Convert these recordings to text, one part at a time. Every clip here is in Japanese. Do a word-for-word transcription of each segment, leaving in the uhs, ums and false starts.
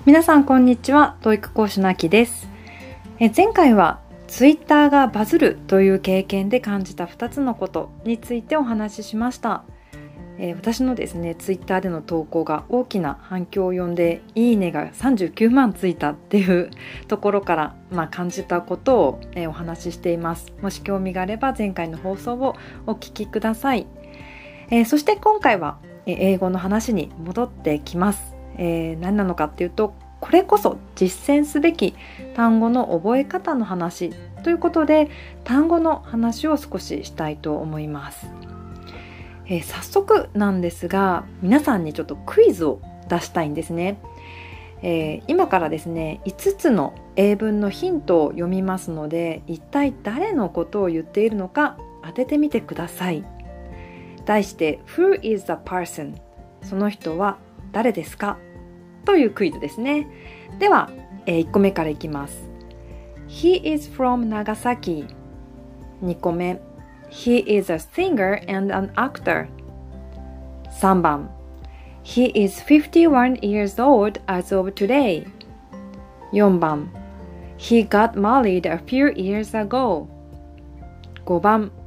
皆さんこんにちは。トーイック講師のあきです。え前回はツイッターがバズるという経験で感じたふたつのことについてお話ししました。え私のですねツイッターでの投稿が大きな反響を呼んでいいねがさんじゅうきゅうまんついたっていうところから、まあ、感じたことを、えお話ししています。もし興味があれば前回の放送をお聞きください。えー、そして今回は、え英語の話に戻ってきます。えー、何なのかっていうと、これこそ実践すべき単語の覚え方の話ということで、単語の話を少ししたいと思います。えー、早速なんですが、皆さんにちょっとクイズを出したいんですね。えー、今からですねいつつの英文のヒントを読みますので、一体誰のことを言っているのか当ててみてください。題して Who is the person? その人は誰ですかというクイズですね。では、えー、いっこめからいきます。He is from Nagasaki。 にこめ He is a singer and an actor。 さんばん He is fifty-one years old as of today。 よんばん He got married a few years ago。 ごばん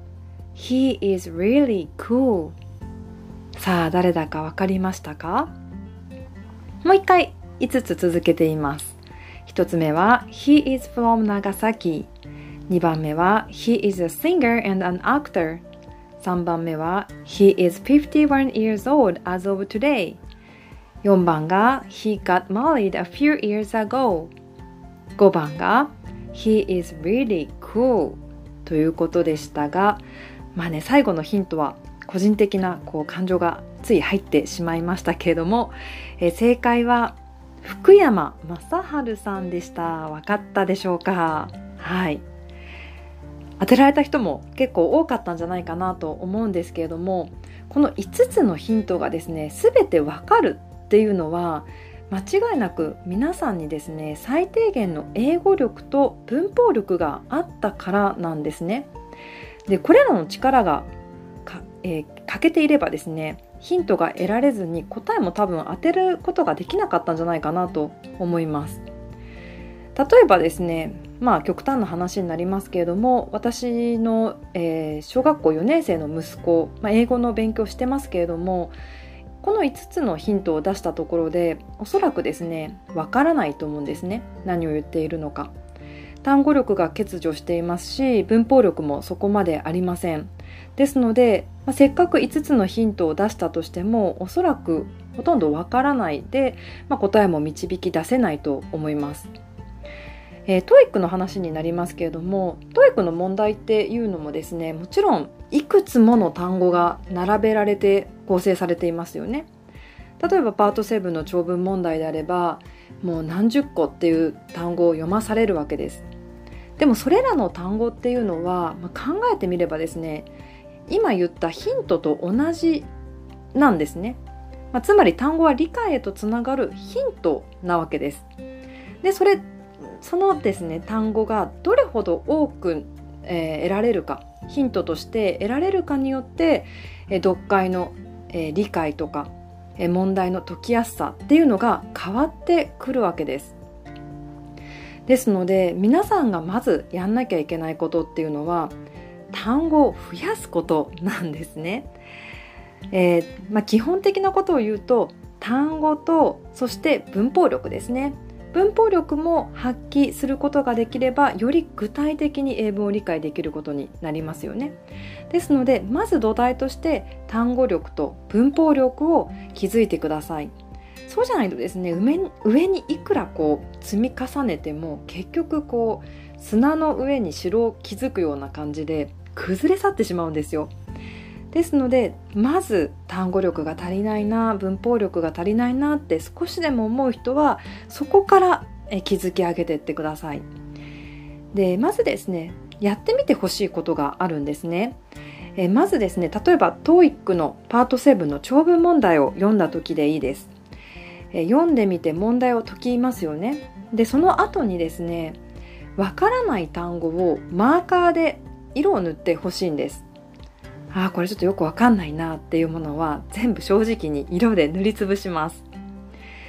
He is really cool。 さあ誰だかわかりましたか？もう一回いつつ続けています。一つ目は He is from Nagasaki。 にばんめは He is a singer and an actor。 さんばんめは He is fifty-one years old as of today。 よんばんが He got married a few years ago。 ごばんが He is really cool ということでしたが、まあね、最後のヒントは個人的なこう感情がつい入ってしまいましたけれども、えー、正解は福山雅治さんでした。わかったでしょうか？はい。当てられた人も結構多かったんじゃないかなと思うんですけれども、このいつつのヒントがですね、すべてわかるっていうのは、間違いなく皆さんにですね、最低限の英語力と文法力があったからなんですね。で、これらの力がか、えー、欠けていればですね、ヒントが得られずに答えも多分当てることができなかったんじゃないかなと思います。例えばですね、まあ極端な話になりますけれども、私の、えー、小学校よねん生の息子、まあ、英語の勉強してますけれども、このいつつのヒントを出したところでおそらくですねわからないと思うんですね。何を言っているのか。単語力が欠如していますし、文法力もそこまでありません。ですので、まあ、せっかくいつつのヒントを出したとしても、おそらくほとんどわからないで、まあ、答えも導き出せないと思います。えー、トーイック の話になりますけれども、トーイック の問題っていうのもですね、もちろんいくつもの単語が並べられて構成されていますよね。例えばパートセブンの長文問題であれば、もう何十個っていう単語を読まされるわけです。でもそれらの単語っていうのは、まあ、考えてみればですね、今言ったヒントと同じなんですね。まあ、つまり単語は理解へとつながるヒントなわけです。で、それ、そのですね、単語がどれほど多く、えー、得られるか、ヒントとして得られるかによって、えー、読解の、えー、理解とか、えー、問題の解きやすさっていうのが変わってくるわけです。ですので、皆さんがまずやんなきゃいけないことっていうのは、単語を増やすことなんですね。えーまあ、基本的なことを言うと、単語とそして文法力ですね。文法力も発揮することができれば、より具体的に英文を理解できることになりますよね。ですので、まず土台として単語力と文法力を築いてください。そうじゃないとですね、上に、上にいくらこう積み重ねても、結局こう砂の上に城を築くような感じで崩れ去ってしまうんですよ。ですので、まず単語力が足りないな、文法力が足りないなって少しでも思う人は、そこから築き上げていってください。で、まずですね、やってみてほしいことがあるんですね。えまずですね、例えば トーイック のパートセブンの長文問題を読んだ時でいいです。え読んでみて問題を解きますよね。で、その後にですね、わからない単語をマーカーで色を塗ってほしいんです。ああ、これちょっとよくわかんないなっていうものは全部正直に色で塗りつぶします。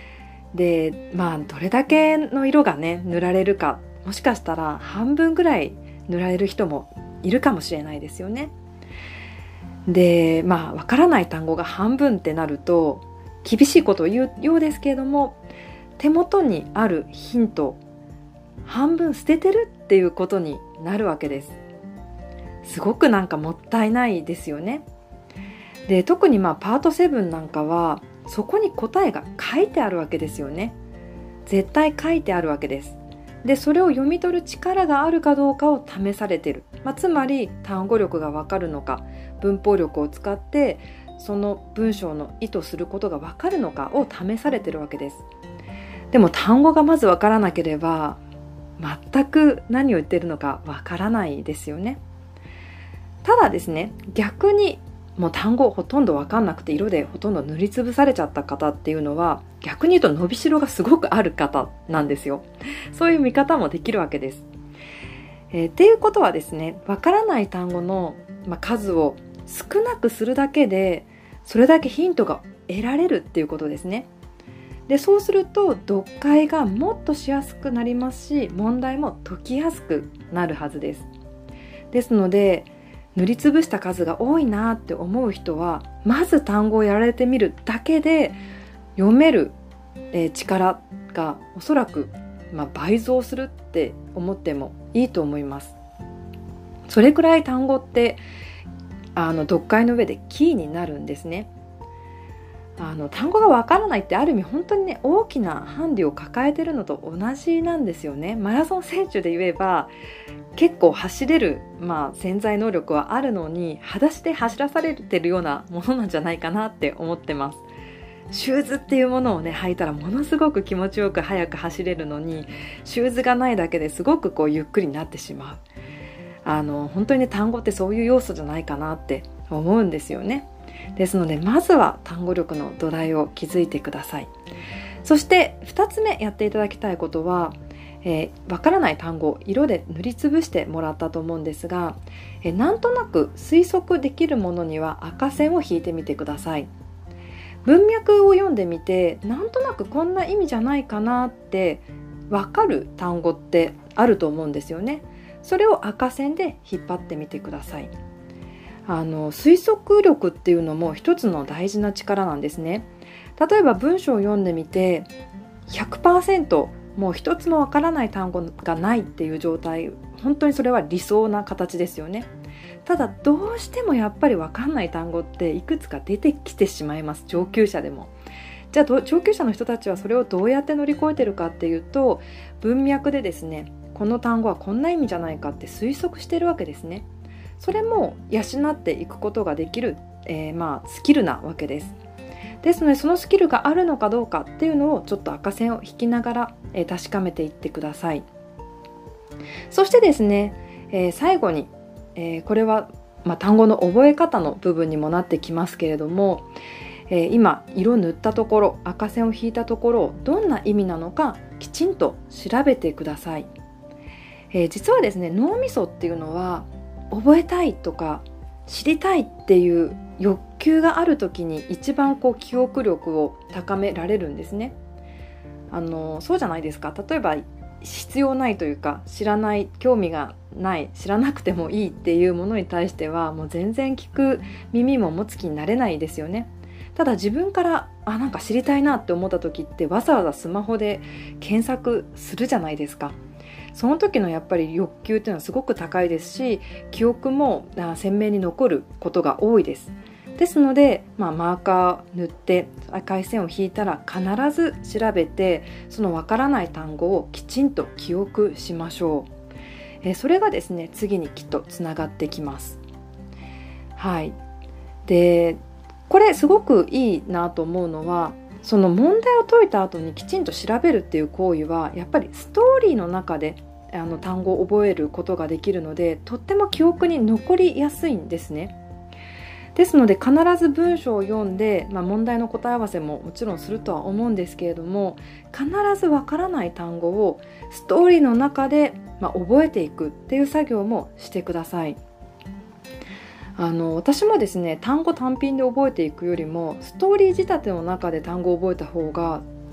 でまあどれだけの色がね塗られるか、もしかしたら半分ぐらい塗られる人もいるかもしれないですよね。でまあわからない単語が半分ってなると厳しいことを言うようですけれども、手元にあるヒント半分捨ててるっていうことになるわけです。すごくなんかもったいないですよね。で特にまあパートセブンなんかはそこに答えが書いてあるわけですよね。絶対書いてあるわけです。でそれを読み取る力があるかどうかを試されている、まあ、つまり単語力がわかるのか、文法力を使ってその文章の意図することがわかるのかを試されているわけです。でも単語がまずわからなければ全く何を言っているのかわからないですよね。ただですね、逆にもう単語ほとんどわかんなくて色でほとんど塗りつぶされちゃった方っていうのは、逆に言うと伸びしろがすごくある方なんですよ。そういう見方もできるわけです。えー、っていうことはですね、わからない単語の、まあ、数を少なくするだけでそれだけヒントが得られるっていうことですね。でそうすると読解がもっとしやすくなりますし、問題も解きやすくなるはずです。ですので塗りつぶした数が多いなって思う人は、まず単語をやられてみるだけで読める、えー、力がおそらく、まあ、倍増するって思ってもいいと思います。それくらい単語ってあの読解の上でキーになるんですね。あの単語がわからないってある意味本当にね、大きなハンディを抱えてるのと同じなんですよね。マラソン選手で言えば結構走れる、まあ、潜在能力はあるのに裸足で走らされてるようなものなんじゃないかなって思ってます。シューズっていうものをね履いたらものすごく気持ちよく速く走れるのに、シューズがないだけですごくこうゆっくりになってしまう。あの本当にね、単語ってそういう要素じゃないかなって思うんですよね。ですのでまずは単語力の土台を築いてください。そしてふたつめやっていただきたいことは、えー、わからない単語を色で塗りつぶしてもらったと思うんですが、えー、なんとなく推測できるものには赤線を引いてみてください。文脈を読んでみて、なんとなくこんな意味じゃないかなってわかる単語ってあると思うんですよね。それを赤線で引っ張ってみてください。あの推測力っていうのも一つの大事な力なんですね。例えば文章を読んでみて ひゃくパーセント もう一つもわからない単語がないっていう状態、本当にそれは理想な形ですよね。ただどうしてもやっぱりわかんない単語っていくつか出てきてしまいます。上級者でも。じゃあ上級者の人たちはそれをどうやって乗り越えてるかっていうと、文脈でですね、この単語はこんな意味じゃないかって推測してるわけですね。それも養っていくことができる、えー、まあスキルなわけです。ですのでそのスキルがあるのかどうかっていうのをちょっと赤線を引きながら、えー、確かめていってください。そしてですね、えー、最後に、えー、これは、まあ、単語の覚え方の部分にもなってきますけれども、えー、今色塗ったところ、赤線を引いたところをどんな意味なのかきちんと調べてください。えー、実はですね、脳みそっていうのは覚えたいとか知りたいっていう欲求がある時に一番こう記憶力を高められるんですね。あのそうじゃないですか。例えば必要ないというか、知らない、興味がない、知らなくてもいいっていうものに対してはもう全然聞く耳も持つ気になれないですよね。ただ自分からあなんか知りたいなって思った時ってわざわざスマホで検索するじゃないですか。その時のやっぱり欲求っていうのはすごく高いですし、記憶も鮮明に残ることが多いです。ですので、まあ、マーカー塗って赤い線を引いたら必ず調べて、そのわからない単語をきちんと記憶しましょう。えそれがですね、次にきっとつながってきます。はい。で、これすごくいいなと思うのは、その問題を解いた後にきちんと調べるっていう行為はやっぱりストーリーの中であの単語を覚えることができるので、とっても記憶に残りやすいんですね。ですので必ず文章を読んで、まあ、問題の答え合わせももちろんするとは思うんですけれども、必ずわからない単語をストーリーの中で、まあ、覚えていくっていう作業もしてください。あの私もですね、単語単品で覚えていくよりもストーリー仕立ての中で単語を覚えた方が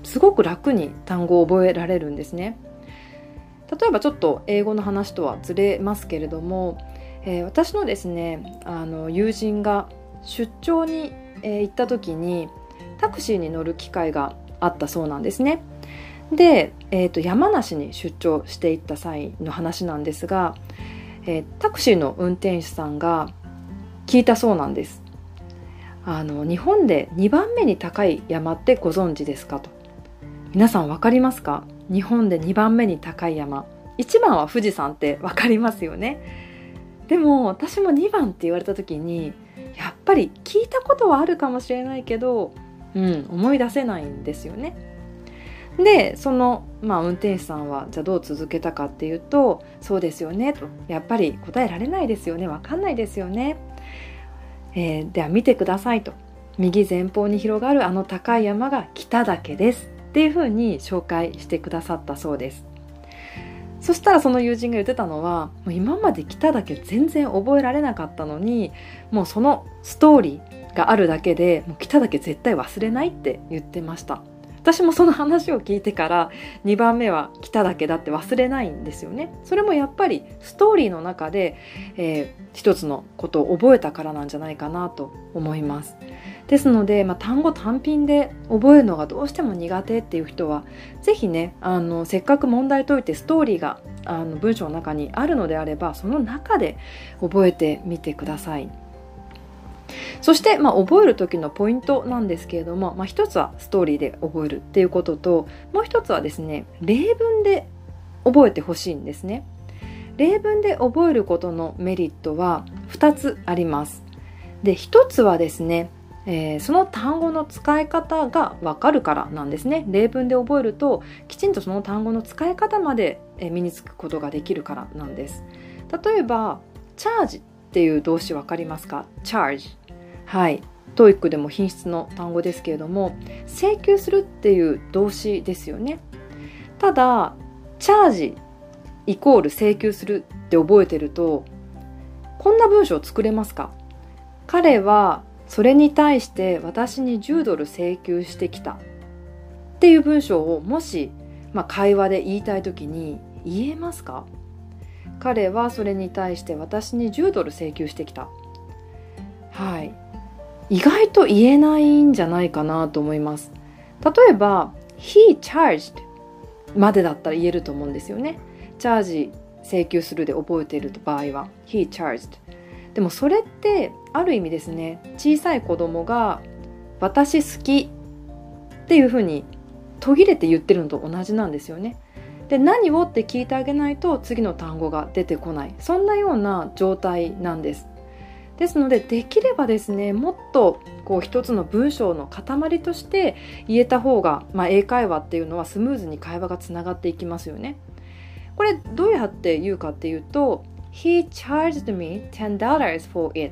すごく楽に単語を覚えられるんですね。例えばちょっと英語の話とはずれますけれども、えー、私のですねあの友人が出張に、えー、行った時にタクシーに乗る機会があったそうなんですね。で、えーと、山梨に出張していった際の話なんですが、えー、タクシーの運転手さんが聞いたそうなんです。あの日本でにばんめに高い山ってご存知ですかと。皆さん分かりますか？日本でにばんめに高い山、いちばんは富士山って分かりますよね。でも私もにばんって言われた時にやっぱり聞いたことはあるかもしれないけど、うん、思い出せないんですよね。でその、まあ、運転手さんはじゃあどう続けたかっていうと、そうですよねと、やっぱり答えられないですよね、分かんないですよね、えー、では見てくださいと、右前方に広がるあの高い山が北岳ですっていうふうに紹介してくださったそうです。そしたらその友人が言ってたのは、もう今まで北岳全然覚えられなかったのに、もうそのストーリーがあるだけでもう北岳絶対忘れないって言ってました。私もその話を聞いてからにばんめは北岳だって忘れないんですよね。それもやっぱりストーリーの中で、えー、一つのことを覚えたからなんじゃないかなと思います。ですので、まあ、単語単品で覚えるのがどうしても苦手っていう人はぜひね、あのせっかく問題解いてストーリーがあの文章の中にあるのであれば、その中で覚えてみてください。そして、まあ、覚える時のポイントなんですけれども、まあ、一つはストーリーで覚えるっていうことと、もう一つはですね、例文で覚えてほしいんですね。例文で覚えることのメリットはふたつあります。で、一つはですね、えー、その単語の使い方がわかるからなんですね。例文で覚えるときちんとその単語の使い方まで身につくことができるからなんです。例えばチャージっていう動詞わかりますか？チャージ、はい、トーイックでも品質の単語ですけれども、請求するっていう動詞ですよね。ただチャージイコール請求するって覚えてると、こんな文章を作れますか？彼はそれに対して私にじゅうドル請求してきたっていう文章をもし、まあ、会話で言いたいときに言えますか？彼はそれに対して私にじゅうドル請求してきた。はい。意外と言えないんじゃないかなと思います。例えば He charged までだったら言えると思うんですよね。チャージ請求するで覚えている場合は He charged。でもそれってある意味ですね、小さい子供が私好きっていうふうに途切れて言ってるのと同じなんですよね。で、何をって聞いてあげないと次の単語が出てこない、そんなような状態なんです。ですので、できればですね、もっとこう一つの文章の塊として言えた方が、まあ、英会話っていうのはスムーズに会話がつながっていきますよね。これどうやって言うかっていうと、He charged me ten dollars for it.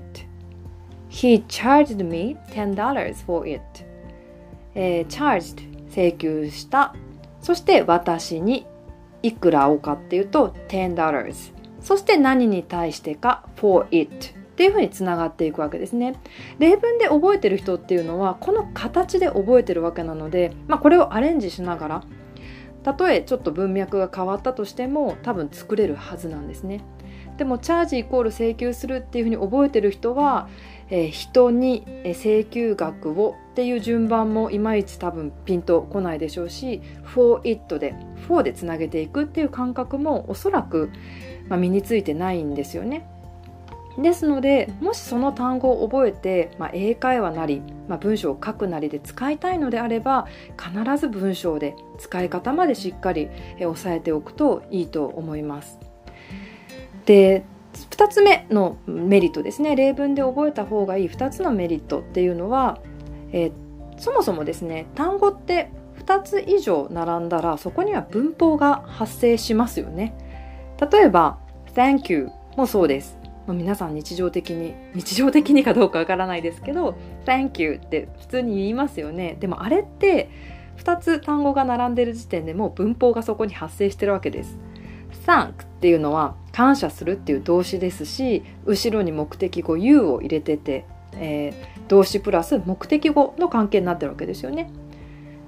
He charged me ten dollars for it. えー、charged 請求した。そして私にいくらをかっていうと ten dollars。そして何に対してか for it。っていう風につながっていくわけですね。例文で覚えてる人っていうのはこの形で覚えてるわけなので、まあ、これをアレンジしながら、たとえちょっと文脈が変わったとしても多分作れるはずなんですね。でもチャージイコール請求するっていう風に覚えてる人は、えー、人に請求額をっていう順番もいまいち多分ピンとこないでしょうし、 for it で for でつなげていくっていう感覚もおそらく、まあ、身についてないんですよね。ですので、もしその単語を覚えて、まあ、英会話なり、まあ、文章を書くなりで使いたいのであれば、必ず文章で使い方までしっかり押さえておくといいと思います。で、ふたつめのメリットですね。例文で覚えた方がいいふたつのメリットっていうのは、えー、そもそもですね、単語ってふたつ以上並んだらそこには文法が発生しますよね。例えば Thank you もそうです。皆さん日常的に日常的にかどうかわからないですけど Thank you って普通に言いますよね。でもあれってふたつ単語が並んでる時点でもう文法がそこに発生してるわけです。Thank っていうのは感謝するっていう動詞ですし、後ろに目的語 you を入れてて、えー、動詞プラス目的語の関係になってるわけですよね。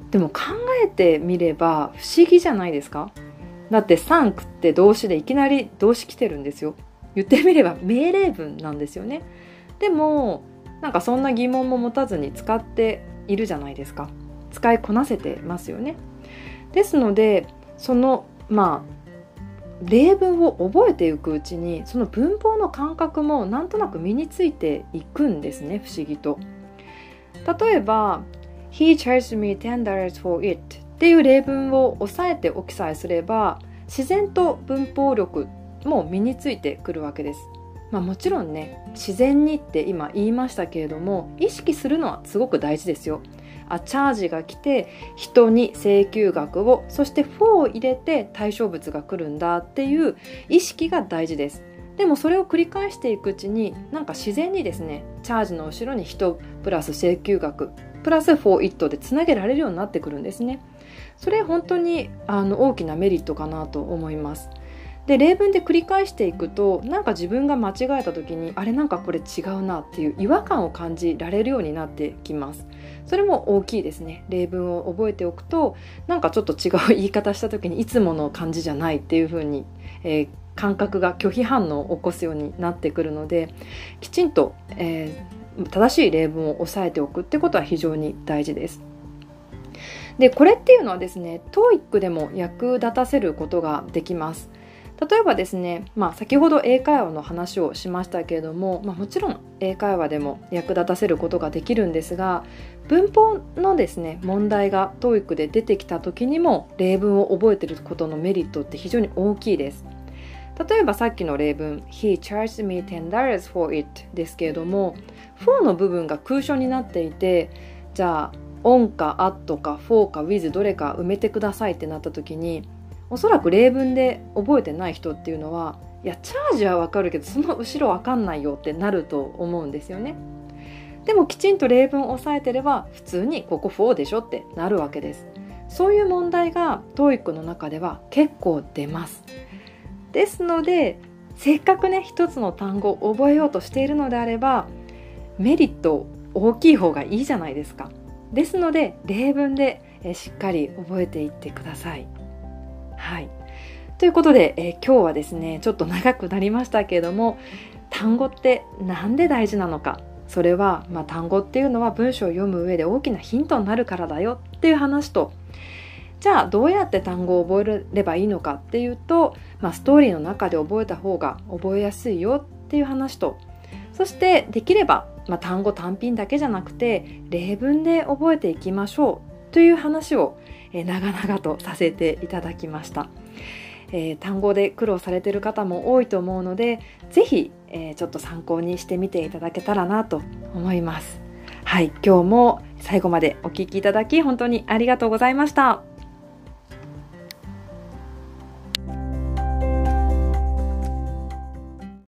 でも考えてみれば不思議じゃないですか。だってサンクって動詞でいきなり動詞来てるんですよ。言ってみれば命令文なんですよね。でもなんかそんな疑問も持たずに使っているじゃないですか。使いこなせてますよね。ですのでそのまあ例文を覚えていくうちにその文法の感覚もなんとなく身についていくんですね、不思議と。例えば He charged me ten dollars for it っていう例文を押さえておきさえすれば自然と文法力も身についてくるわけです。まあ、もちろんね、自然にって今言いましたけれども、意識するのはすごく大事ですよ。あ、チャージが来て人に請求額を、そして for を入れて対象物が来るんだっていう意識が大事です。でもそれを繰り返していくうちになんか自然にですね、チャージの後ろに人プラス請求額プラス for it でつなげられるようになってくるんですね。それ本当にあの大きなメリットかなと思います。で、例文で繰り返していくとなんか自分が間違えた時にあれなんかこれ違うなっていう違和感を感じられるようになってきます。それも大きいですね。例文を覚えておくとなんかちょっと違う言い方した時にいつもの感じじゃないっていう風に、えー、感覚が拒否反応を起こすようになってくるので、きちんと、えー、正しい例文を押さえておくってことは非常に大事です。で、これっていうのはですね、トーイック でも役立たせることができます。例えばですね、まあ、先ほど英会話の話をしましたけれども、まあ、もちろん英会話でも役立たせることができるんですが、文法のですね問題が トーイック で出てきた時にも例文を覚えていることのメリットって非常に大きいです。例えばさっきの例文 He charged me ten dollars for it ですけれども、 for の部分が空所になっていて、じゃあ on か at か for か with どれか埋めてくださいってなった時に、おそらく例文で覚えてない人っていうのは、いやチャージはわかるけどその後ろわかんないよってなると思うんですよね。でもきちんと例文を押さえてれば普通にここ for でしょってなるわけです。そういう問題が トーイック の中では結構出ます。ですのでせっかくね一つの単語を覚えようとしているのであればメリット大きい方がいいじゃないですか。ですので例文でしっかり覚えていってください。はい、ということで、えー、今日はですねちょっと長くなりましたけれども、単語ってなんで大事なのか、それは、まあ、単語っていうのは文章を読む上で大きなヒントになるからだよっていう話と、じゃあどうやって単語を覚えればいいのかっていうと、まあ、ストーリーの中で覚えた方が覚えやすいよっていう話と、そしてできれば、まあ、単語単品だけじゃなくて例文で覚えていきましょうという話をえー、長々とさせていただきました。えー、単語で苦労されている方も多いと思うので、ぜひ、えー、ちょっと参考にしてみていただけたらなと思います。はい、今日も最後までお聞きいただき本当にありがとうございました。